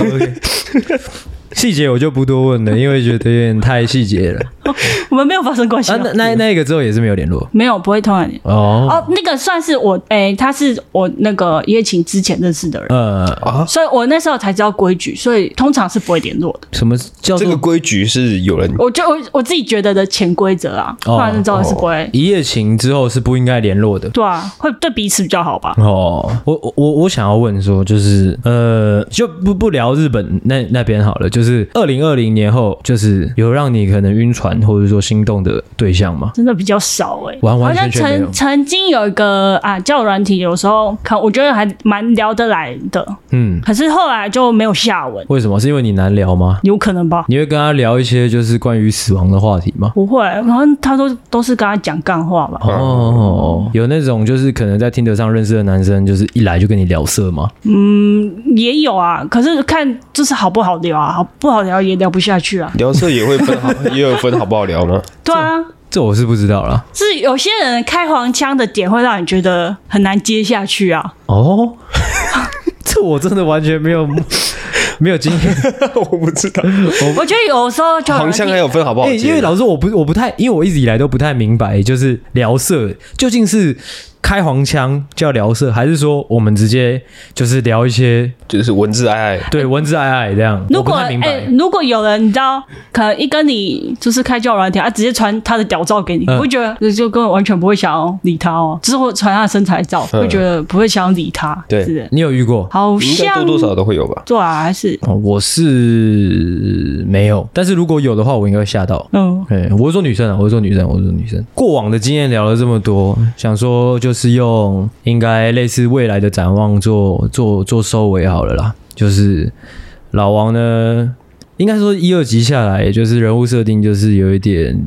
细节我就不多问了，因为觉得有点太细节了。 我们没有发生关系那个之后也是没有联络， 没有，不会突然联那个算是我他是我那个一夜情之前认识的人，所以我那时候才知道规矩，所以通常是不会联络的。 什么叫做这个规矩是有人？ 我自己觉得的潜规则啊，不然知道是不会。 一夜情之后是不应该联络的， 对啊，会对彼此比较好吧？ 我想要问说，就是就不聊日本那边好了，就是2020年后，就是有让你可能晕船或者说心动的对象吗？ 真的比较少完全没有。 曾经有一个交友软体，有时候我觉得还蛮聊得来的，可是后来就没有下文。 为什么？是因为你难聊吗？ 有可能吧。 你会跟他聊一些就是关于死亡的话题吗？ 不会，然后他都是跟他讲干话吧。 有那种就是可能在Tinder上认识的男生，就是一来就跟你聊色吗？ 也有啊，可是看就是好不好聊啊，好不好聊也聊不下去啊。 聊色也会分也有分好不好聊吗？ 对啊， 这我是不知道啦。 是有些人开黄腔的点会让你觉得很难接下去啊。 这我真的完全没有经验， 我不知道。 我觉得有时候就黄腔还有分好不好接？ 因为老实说，我不太，因为我一直以来都不太明白，就是聊色究竟是开黄腔叫聊色，还是说我们直接就是聊一些就是文字爱爱？ 对，文字爱爱这样。我不太明白。 如果有人你知道，可能一跟你就是开交友软体，直接传他的屌照给你，我会觉得就根本完全不会想要理他就是会传他的身材照，会觉得不会想要理他。 对， 你有遇过？ 好像应该多少都会有吧？ 对啊，还是我是没有，但是如果有的话，我应该会吓到。我是说女生啊，我是说女生。过往的经验聊了这么多，想说就是用应该类似未来的展望做收尾好了啦。就是老王呢，应该说1、2集下来，就是人物设定就是有一点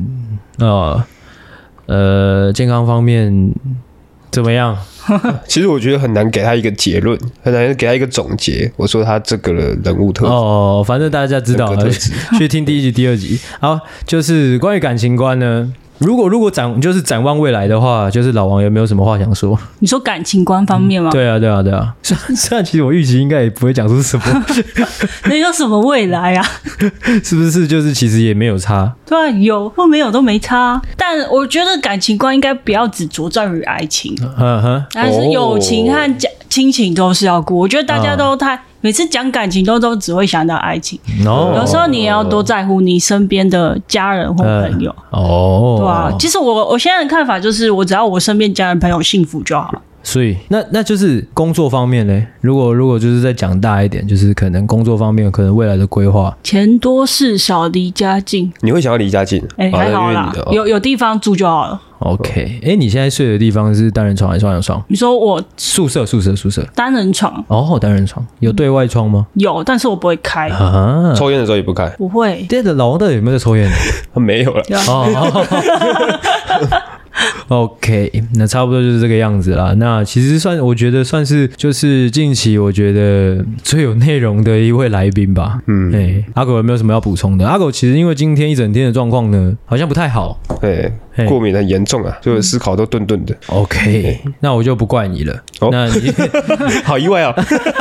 健康方面怎么样？ 其实我觉得很难给他一个结论，很难给他一个总结。我说他这个人物特质反正大家知道了，去听第1集、第2集。好，就是关于感情观呢。如果展望未来的话，就是老王有没有什么话想说？ 你说感情观方面吗？ 对啊。虽然其实我预期应该也不会讲出什么。 那有什么未来啊？ 是不是就是其实也没有差？ 对啊，有或没有都没差。但我觉得感情观应该不要只着重于爱情，但是友情和亲情都是要顾。我觉得大家都每次讲感情都只会想到爱情，有时候你也要多在乎你身边的家人或朋友。对啊，其实我现在的看法就是，我只要我身边家人朋友幸福就好了。 所以那就是工作方面呢？如果就是再讲大一点，就是可能工作方面，可能未来的规划， 钱多事少离家近。 你会想要离家近？ 还好啦，有地方住就好了。 OK， 你现在睡的地方是单人床还是双人床？ 你说我宿舍单人床。 单人床有对外窗吗？ 有，但是我不会开。 抽烟的时候也不开？ 不会。 对的，老王到底有没有在抽烟？ 没有了。 OK， 那差不多就是这个样子啦。那其实我觉得算是就是近期我觉得最有内容的一位来宾吧。阿狗有没有什么要补充的？阿狗其实因为今天一整天的状况呢，好像不太好。 过敏很严重啊，就思考都顿顿的。 OK， 那我就不怪你了。那你好意外啊！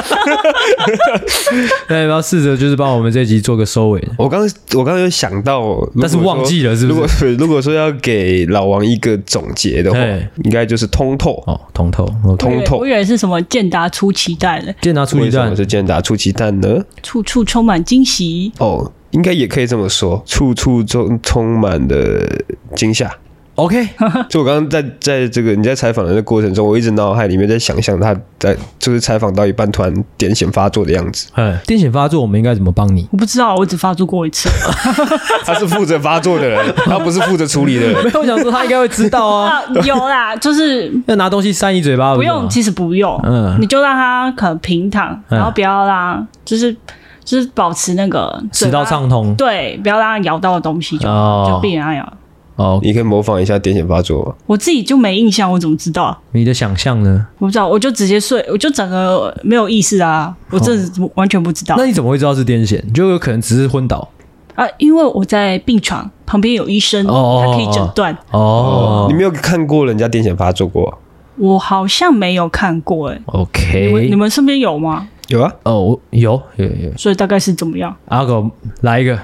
那要不要试着就是帮我们这集做个收尾？ 我刚刚有想到， 但是忘记了是不是？ 如果说要给老王一个总结的话，应该就是通透哦，通透。 我以为是什么健达出奇蛋呢？ 健达出奇蛋，为什么是健达出奇蛋呢？ 处处充满惊喜哦。应该也可以这么说，处处充满的惊吓。 OK， 就我刚刚在这个你在采访的过程中，我一直脑海里面在想象他在就是采访到一半突然癫痫发作的样子。 癫痫发作，我们应该怎么帮你？ 我不知道，我只发作过一次。 他是负责发作的人，他不是负责处理的人。 没有，我想说他应该会知道啊。 有啦，就是要拿东西塞你嘴巴。 不用，其实不用。你就让他可能平躺，然后不要让就是保持那个食道畅通， 对，不要让他咬到的东西就避免他咬。 你可以模仿一下癫痫发作吗？ 我自己就没印象，我怎么知道？ 你的想象呢？ 我不知道，我就直接睡，我就整个没有意识啊，我真的完全不知道。 那你怎么会知道是癫痫？就有可能只是昏倒啊，因为我在病床旁边有医生，他可以诊断。 你没有看过人家癫痫发作过？ 我好像没有看过 OK， 你们身边有吗？ 有啊， 有， 所以大概是怎么样？ 阿狗来一个。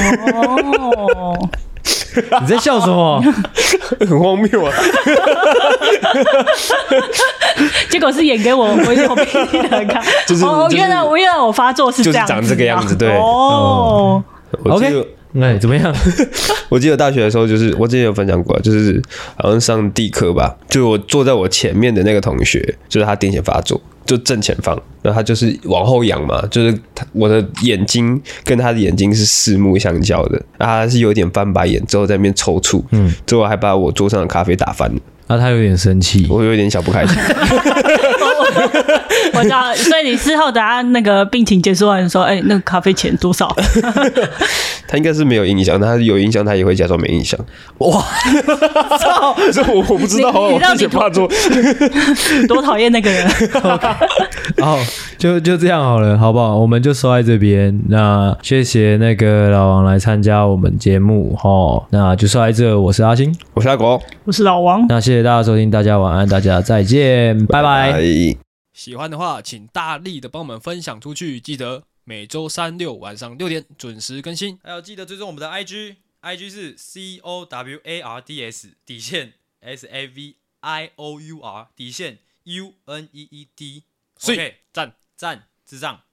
你在笑什么？ 很荒谬啊！ 结果是演给我有病的人看。原来我发作是这样， 就是长这个样子，对。 OK， 怎么样？ 我记得大学的时候，就是我之前有分享过，就是好像上地课吧，就我坐在我前面的那个同学，就是他癫痫发作，就正前方，然后他就是往后仰嘛，就是我的眼睛跟他的眼睛是四目相交的，然后他是有点翻白眼，之后在那边抽搐，之后还把我桌上的咖啡打翻了。 他有点生气， 我有点小不开心。 我知道，所以你事后等下那个病情结束完说，那个咖啡钱多少？ 他应该是没有印象，他有印象他也会假装没印象。哇，操！这我不知道，我癫痫发作， 多讨厌那个人。 好，就这样好了，好不好？我们就收在这边。那谢谢那个老王来参加我们节目那就收在这。我是阿星， 我是阿国， 我是老王。 那谢谢大家收听，大家晚安，大家再见，拜拜。 喜欢的话，请大力的帮我们分享出去，记得每周3、6晚上6点准时更新。 还有记得追踪我们的 IG 是 COWARDS SAVIOUR UNEED。OK， 赞，智障。